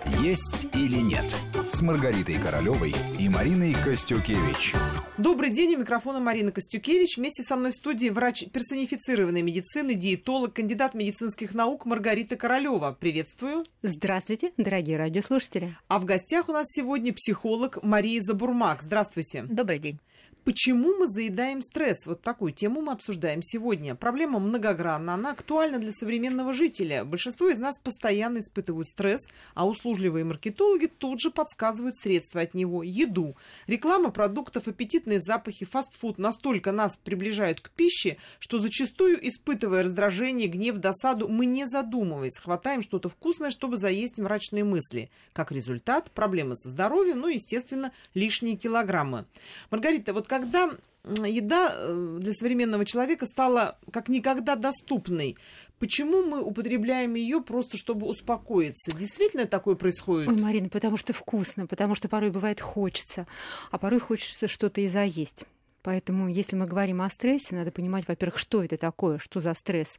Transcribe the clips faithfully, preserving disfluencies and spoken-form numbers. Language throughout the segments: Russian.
«Есть или нет» с Маргаритой Королевой и Мариной Костюкевич. Добрый день, у микрофона Марина Костюкевич. Вместе со мной в студии врач персонифицированной медицины, диетолог, кандидат медицинских наук Маргарита Королева. Приветствую. Здравствуйте, дорогие радиослушатели. А в гостях у нас сегодня психолог Мария Забурмак. Здравствуйте. Добрый день. Почему мы заедаем стресс? Вот такую тему мы обсуждаем сегодня. Проблема многогранна, она актуальна для современного жителя. Большинство из нас постоянно испытывают стресс, а услужливые маркетологи тут же подсказывают средства от него. Еду. Реклама продуктов, аппетитные запахи, фастфуд настолько нас приближают к пище, что зачастую, испытывая раздражение, гнев, досаду, мы, не задумываясь, хватаем что-то вкусное, чтобы заесть мрачные мысли. Как результат, проблемы со здоровьем, ну, естественно, лишние килограммы. Маргарита, вот когда еда для современного человека стала как никогда доступной, почему мы употребляем ее просто, чтобы успокоиться? Действительно такое происходит? Ой, Марина, потому что вкусно, потому что порой бывает хочется, а порой хочется что-то и заесть. Поэтому, если мы говорим о стрессе, надо понимать, во-первых, что это такое, что за стресс.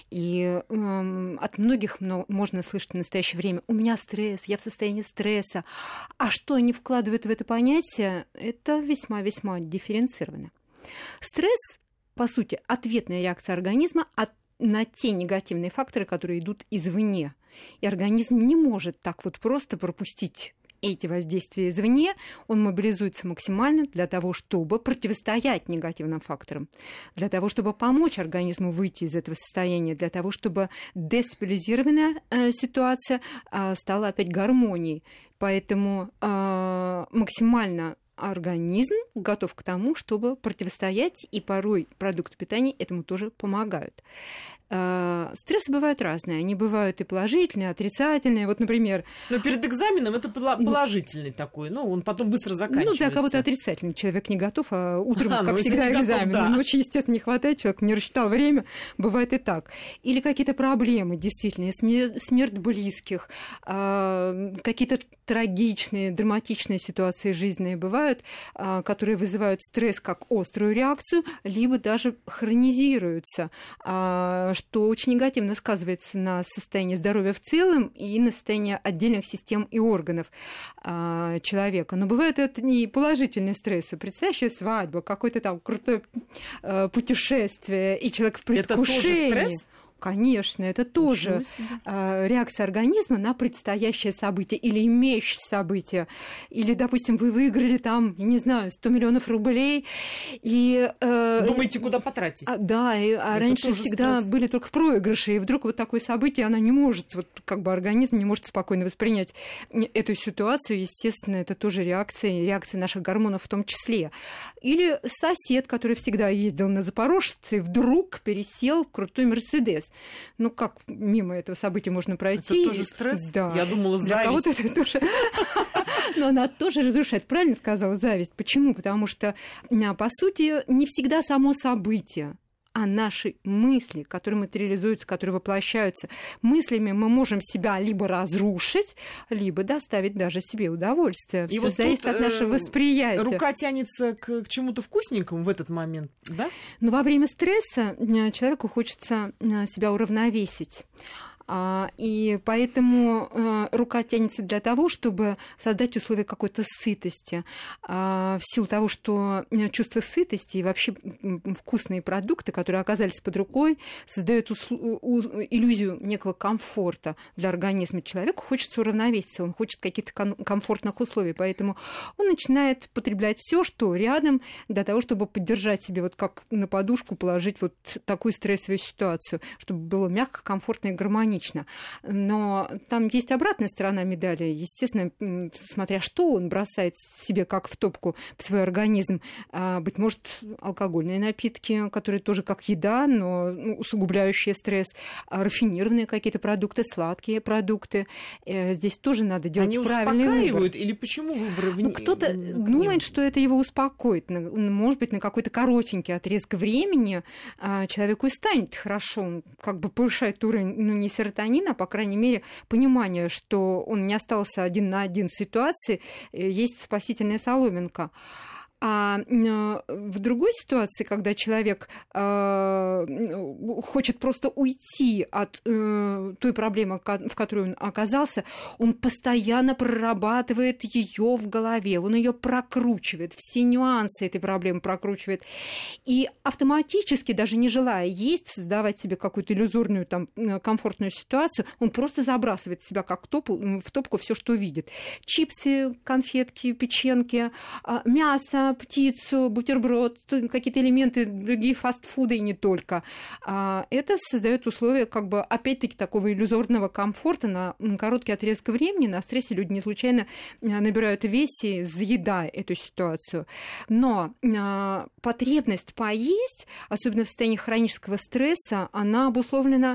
И э, от многих можно слышать в настоящее время: у меня стресс, я в состоянии стресса. А что они вкладывают в это понятие, это весьма-весьма дифференцировано. Стресс, по сути, ответная реакция организма от, на те негативные факторы, которые идут извне. И организм не может так вот просто пропустить эти воздействия извне, он мобилизуется максимально для того, чтобы противостоять негативным факторам, для того, чтобы помочь организму выйти из этого состояния, для того, чтобы дестабилизированная э, ситуация э, стала опять гармонией. Поэтому э, максимально организм готов к тому, чтобы противостоять, и порой продукты питания этому тоже помогают. Стрессы бывают разные. Они бывают и положительные, и отрицательные. Вот, например... Но перед экзаменом это положительный такой, ну, он потом быстро заканчивается. Ну, для кого-то отрицательный. Человек не готов, а утром, а, как всегда, экзамен. Да. Ночью, естественно, не хватает, человек не рассчитал время. Бывает и так. Или какие-то проблемы, действительно, смерть близких, какие-то трагичные, драматичные ситуации жизненные бывают, которые вызывают стресс как острую реакцию, либо даже хронизируются, что очень негативно сказывается на состоянии здоровья в целом и на состоянии отдельных систем и органов а, человека. Но бывают это не положительные стрессы. Предстоящая свадьба, какое-то там крутое а, путешествие, и человек в предвкушении. Это тоже стресс? Конечно, это тоже э, реакция организма на предстоящее событие или имеющееся событие. Или, допустим, вы выиграли там, я не знаю, сто миллионов рублей. И, э, думаете, куда потратить? А, да, и, а раньше всегда стресс. Были только проигрыши, и вдруг вот такое событие, она не может, вот как бы организм не может спокойно воспринять эту ситуацию. Естественно, это тоже реакция, реакция наших гормонов в том числе. Или сосед, который всегда ездил на Запорожце, вдруг пересел в крутой Мерседес. Ну, как мимо этого события можно пройти? Это тоже стресс? Да. Я думала, зависть. Для кого-то это тоже... Но она тоже разрушает. Правильно сказала, зависть. Почему? Потому что, по сути, не всегда само событие, а наши мысли, которые материализуются, которые воплощаются. Мыслями мы можем себя либо разрушить, либо доставить даже себе удовольствие. Всё вот зависит от нашего восприятия. Рука тянется к, к чему-то вкусненькому в этот момент, да? Но во время стресса человеку хочется себя уравновесить. И поэтому рука тянется для того, чтобы создать условия какой-то сытости. В силу того, что чувство сытости и вообще вкусные продукты, которые оказались под рукой, создают иллюзию некого комфорта для организма. Человеку хочется уравновеситься, он хочет каких-то комфортных условий, поэтому он начинает потреблять все, что рядом, для того, чтобы поддержать себе, вот как на подушку положить вот такую стрессовую ситуацию, чтобы было мягко, комфортно и гармонично. Но там есть обратная сторона медали. Естественно, смотря что он бросает себе как в топку в свой организм. Быть может, алкогольные напитки, которые тоже как еда, но усугубляющие стресс. Рафинированные какие-то продукты, сладкие продукты. Здесь тоже надо делать Они правильный выбор. Они успокаивают или почему выбор? Ну, кто-то думает, что это его успокоит. Может быть, на какой-то коротенький отрезок времени человеку и станет хорошо. Он как бы повышает уровень, ну, не сердца, серотонина, по крайней мере, понимание, что он не остался один на один в ситуации, есть спасительная соломинка. А в другой ситуации, когда человек э, хочет просто уйти от э, той проблемы, в которой он оказался, он постоянно прорабатывает ее в голове, он ее прокручивает, все нюансы этой проблемы прокручивает. И автоматически, даже не желая есть, создавать себе какую-то иллюзорную, там, комфортную ситуацию, он просто забрасывает в себя как топу, в топку все, что видит. Чипсы, конфетки, печеньки, мясо, птицу, бутерброд, какие-то элементы, другие фастфуды и не только. Это создает условия, как бы, опять-таки, такого иллюзорного комфорта на короткий отрезок времени. На стрессе люди не случайно набирают весе, заедая эту ситуацию. Но потребность поесть, особенно в состоянии хронического стресса, она обусловлена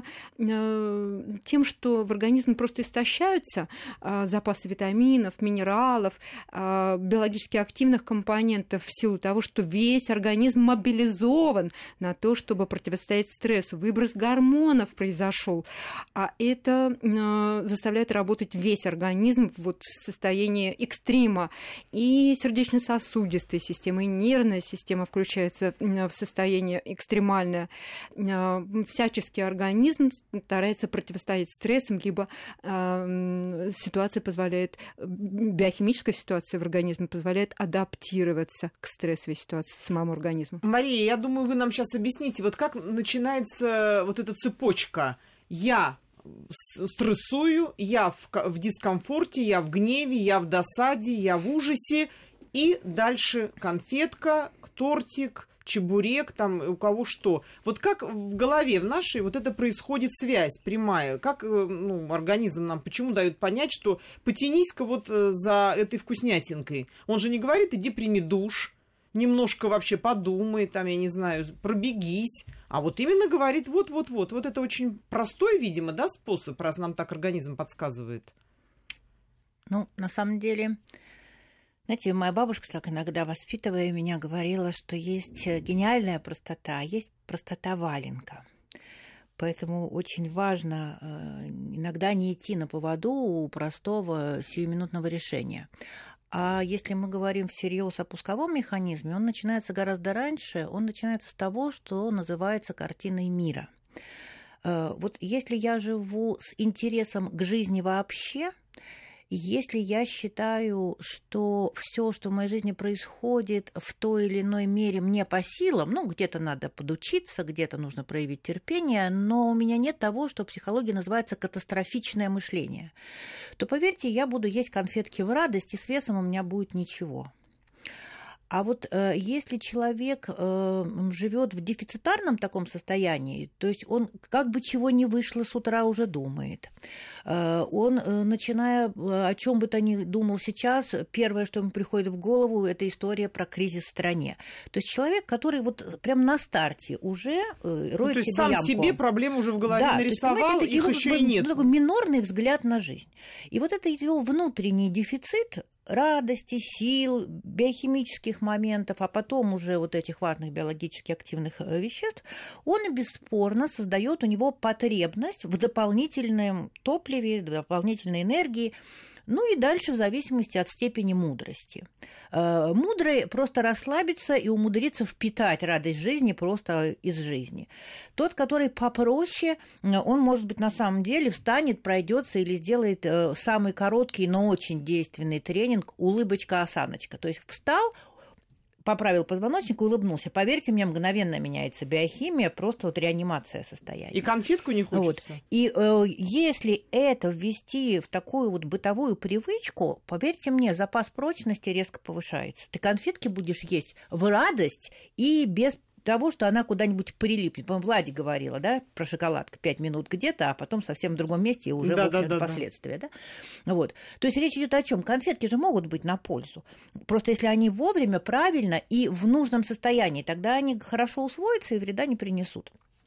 тем, что в организме просто истощаются запасы витаминов, минералов, биологически активных компонентов в силу того, что весь организм мобилизован на то, чтобы противостоять стрессу. Выброс гормонов произошел, а это заставляет работать весь организм вот в состоянии экстрима. И сердечно-сосудистая система, и нервная система включается в состояние экстремальное. Всячески организм старается противостоять стрессам, либо э, ситуация позволяет, биохимическая ситуация в организме позволяет адаптироваться к стрессовой ситуации самому организму. Мария, я думаю, вы нам сейчас объясните, вот как начинается вот эта цепочка. Я стрессую, я в, в дискомфорте, я в гневе, я в досаде, я в ужасе, и дальше конфетка, тортик, чебурек, там у кого что. Вот как в голове в нашей вот это происходит связь прямая? Как, ну, организм нам почему дает понять, что потянись-ка вот за этой вкуснятинкой? Он же не говорит, иди прими душ, немножко вообще подумай, там, я не знаю, пробегись. А вот именно говорит, вот-вот-вот. Вот это очень простой, видимо, да, способ, раз нам так организм подсказывает. Ну, на самом деле... Знаете, моя бабушка, так иногда воспитывая меня, говорила, что есть гениальная простота, а есть простота валенка. Поэтому очень важно иногда не идти на поводу у простого сиюминутного решения. А если мы говорим всерьез о пусковом механизме, он начинается гораздо раньше, он начинается с того, что называется картиной мира. Вот если я живу с интересом к жизни вообще, если я считаю, что все, что в моей жизни происходит, в той или иной мере мне по силам, ну, где-то надо подучиться, где-то нужно проявить терпение, но у меня нет того, что в психологии называется катастрофичное мышление, то, поверьте, я буду есть конфетки в радость, и с весом у меня будет ничего. А вот э, если человек э, живет в дефицитарном таком состоянии, то есть он как бы чего не вышло с утра уже думает, э, он, э, начиная о чем бы то ни думал сейчас, первое, что ему приходит в голову, это история про кризис в стране. То есть человек, который вот прям на старте уже э, роет ну, то есть себе сам ямку. себе проблемы уже в голове да, нарисовал, есть, их его, еще и нет. Такой минорный взгляд на жизнь. И вот это его внутренний дефицит радости, сил, биохимических моментов, а потом уже вот этих важных биологически активных веществ, он бесспорно создает у него потребность в дополнительном топливе, в дополнительной энергии. Ну и дальше в зависимости от степени мудрости. Мудрый просто расслабиться и умудриться впитать радость жизни просто из жизни. Тот, который попроще, он, может быть, на самом деле встанет, пройдется или сделает самый короткий, но очень действенный тренинг улыбочка-осаночка. То есть встал, поправил позвоночник, улыбнулся. Поверьте мне, мгновенно меняется биохимия, просто вот реанимация состояния. И конфетку не хочется. Вот. И э, если это ввести в такую вот бытовую привычку, поверьте мне, запас прочности резко повышается. Ты конфетки будешь есть в радость и без того, что она куда-нибудь прилипнет. По-моему, Влади говорила, да, про шоколадку. Пять минут где-то, а потом совсем в другом месте и уже, да, в общем, да, да, последствия. Да. Да? Вот. То есть речь идет о чем? Конфетки же могут быть на пользу. Просто если они вовремя, правильно и в нужном состоянии, тогда они хорошо усвоятся и вреда не принесут.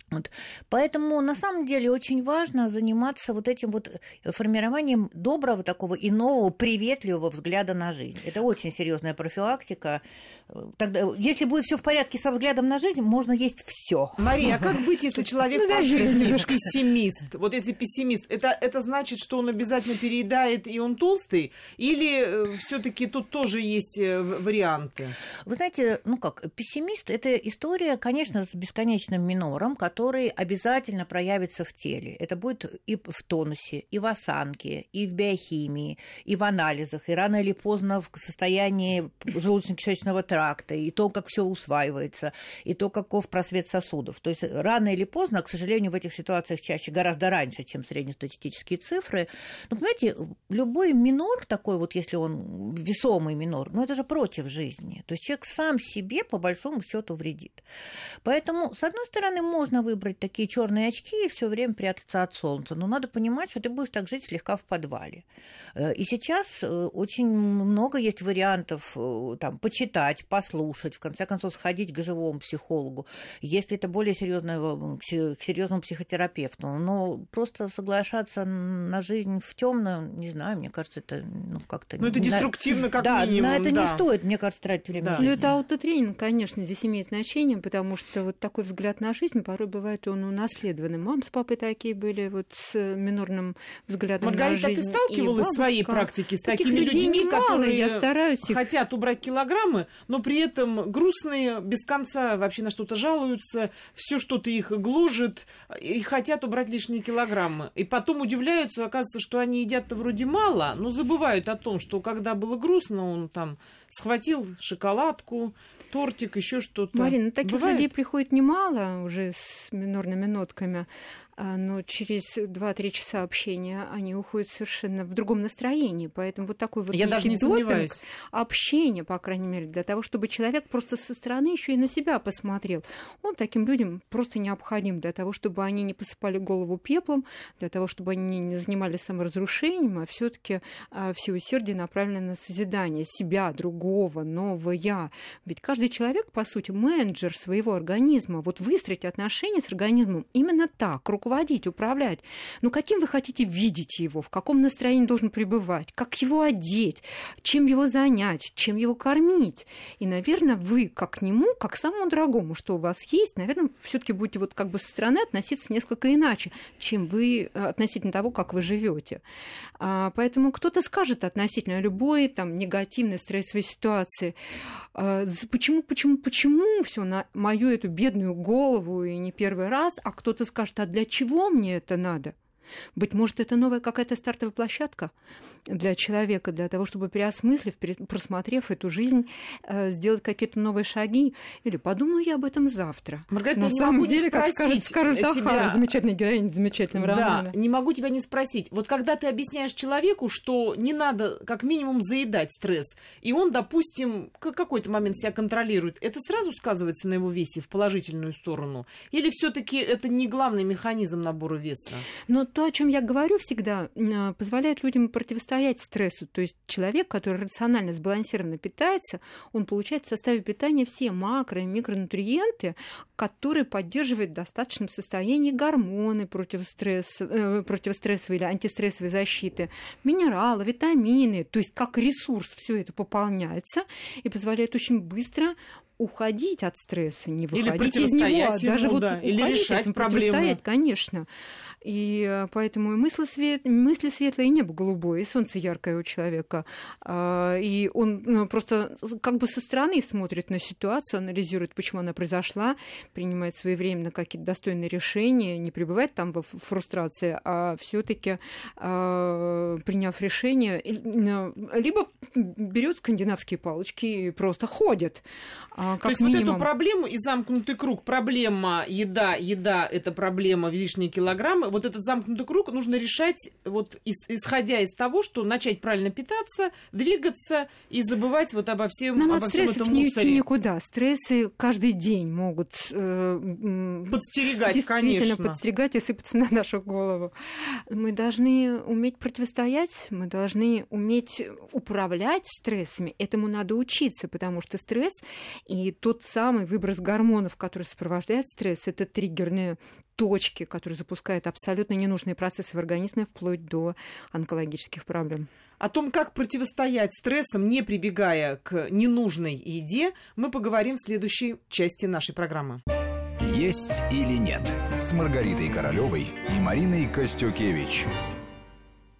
Вот. Поэтому на самом деле очень важно заниматься вот этим вот формированием доброго, такого иного, приветливого взгляда на жизнь. Это очень серьезная профилактика. Тогда, если будет все в порядке со взглядом на жизнь, можно есть все. Мария, а как быть, если человек по жизни пессимист? Вот если пессимист, это, это значит, что он обязательно переедает и он толстый? Или все-таки тут тоже есть варианты? Вы знаете, ну как, пессимист – это история, конечно, с бесконечным минором, который обязательно проявится в теле. Это будет и в тонусе, и в осанке, и в биохимии, и в анализах, и рано или поздно в состоянии желудочно-кишечного тракта, и то, как все усваивается, и то, каков просвет сосудов. То есть рано или поздно, к сожалению, в этих ситуациях чаще гораздо раньше, чем среднестатистические цифры. Но, понимаете, любой минор такой, вот если он весомый минор, ну это же против жизни. То есть человек сам себе, по большому счету, вредит. Поэтому, с одной стороны, можно выбрать такие черные очки и все время прятаться от солнца. Но надо понимать, что ты будешь так жить слегка в подвале. И сейчас очень много есть вариантов там, почитать, послушать, в конце концов, сходить к живому психологу, если это более серьезного, к серьезному психотерапевту. Но просто соглашаться на жизнь в темную, не знаю, мне кажется, это ну, как-то... Ну, это деструктивно, как да, минимум. Да, на это да. не стоит, мне кажется, тратить время. Да. Ну, это аутотренинг, конечно, здесь имеет значение, потому что вот такой взгляд на жизнь, порой бывает он унаследованный. Мама с папой такие были, вот с минорным взглядом Маргарита, на жизнь. Маргарита, ты сталкивалась в своей практике с такими людьми, мало, которые я стараюсь их... хотят убрать килограммы, но при этом грустные, без конца вообще на что-то жалуются, все что-то их гложет, и хотят убрать лишние килограммы. И потом удивляются, оказывается, что они едят-то вроде мало, но забывают о том, что когда было грустно, он там схватил шоколадку, тортик, еще что-то. Марина, таких Бывает? людей приходит немало уже с минорными нотками, но через два-три часа общения они уходят совершенно в другом настроении. Поэтому вот такой вот Я даже не сомневаюсь. общение, по крайней мере, для того, чтобы человек просто со стороны еще и на себя посмотрел. Он таким людям просто необходим для того, чтобы они не посыпали голову пеплом, для того, чтобы они не занимались саморазрушением, а все-таки все усердие направлено на созидание себя, другого, нового я. Ведь каждый человек, по сути, менеджер своего организма. Вот выстроить отношения с организмом именно так, руководить, управлять. Ну, каким вы хотите видеть его, в каком настроении должен пребывать, как его одеть, чем его занять, чем его кормить. И, наверное, вы как к нему, как к самому дорогому, что у вас есть, наверное, все-таки будете вот как бы со стороны относиться несколько иначе, чем вы относительно того, как вы живете. А, поэтому кто-то скажет относительно любой там негативной стрессовой ситуации, а, почему, почему, почему все на мою эту бедную голову и не первый раз, а кто-то скажет, а для чего? Чего мне это надо? Быть может, это новая какая-то стартовая площадка для человека, для того, чтобы, переосмыслив, просмотрев эту жизнь, сделать какие-то новые шаги. Или подумаю я об этом завтра. Маргарита, на самом деле, как скажет Скарлетт О'Хара, замечательная героиня замечательного да, романа. Не могу тебя не спросить. Вот когда ты объясняешь человеку, что не надо как минимум заедать стресс, и он, допустим, в какой-то момент себя контролирует, это сразу сказывается на его весе в положительную сторону? Или все-таки это не главный механизм набора веса? Но то, о чем я говорю всегда, позволяет людям противостоять стрессу. То есть человек, который рационально, сбалансированно питается, он получает в составе питания все макро- и микронутриенты, которые поддерживают в достаточном состоянии гормоны противостресс, э, противострессовой или антистрессовой защиты, минералы, витамины. То есть как ресурс все это пополняется и позволяет очень быстро уходить от стресса, не выходить из него, а даже ему, вот да, или решать проблему. Конечно. И поэтому и мысли, свет... мысли светлые, и небо голубое, и солнце яркое у человека. И он просто как бы со стороны смотрит на ситуацию, анализирует, почему она произошла, принимает своевременно какие-то достойные решения, не пребывает там во фрустрации, а все-таки приняв решение, либо берет скандинавские палочки и просто ходит. Как То есть минимум. вот эту проблему и замкнутый круг, проблема еда, еда – это проблема лишние килограммы, вот этот замкнутый круг нужно решать, вот, исходя из того, что начать правильно питаться, двигаться и забывать вот обо всем, Нам обо от всем стрессов этом не мусоре. уйти никуда. Стрессы каждый день могут э, подстерегать, действительно конечно. подстерегать и сыпаться на нашу голову. Мы должны уметь противостоять, мы должны уметь управлять стрессами. Этому надо учиться, потому что стресс и И тот самый выброс гормонов, который сопровождает стресс, это триггерные точки, которые запускают абсолютно ненужные процессы в организме вплоть до онкологических проблем. О том, как противостоять стрессам, не прибегая к ненужной еде, мы поговорим в следующей части нашей программы. «Есть или нет» с Маргаритой Королевой и Мариной Костюкевич.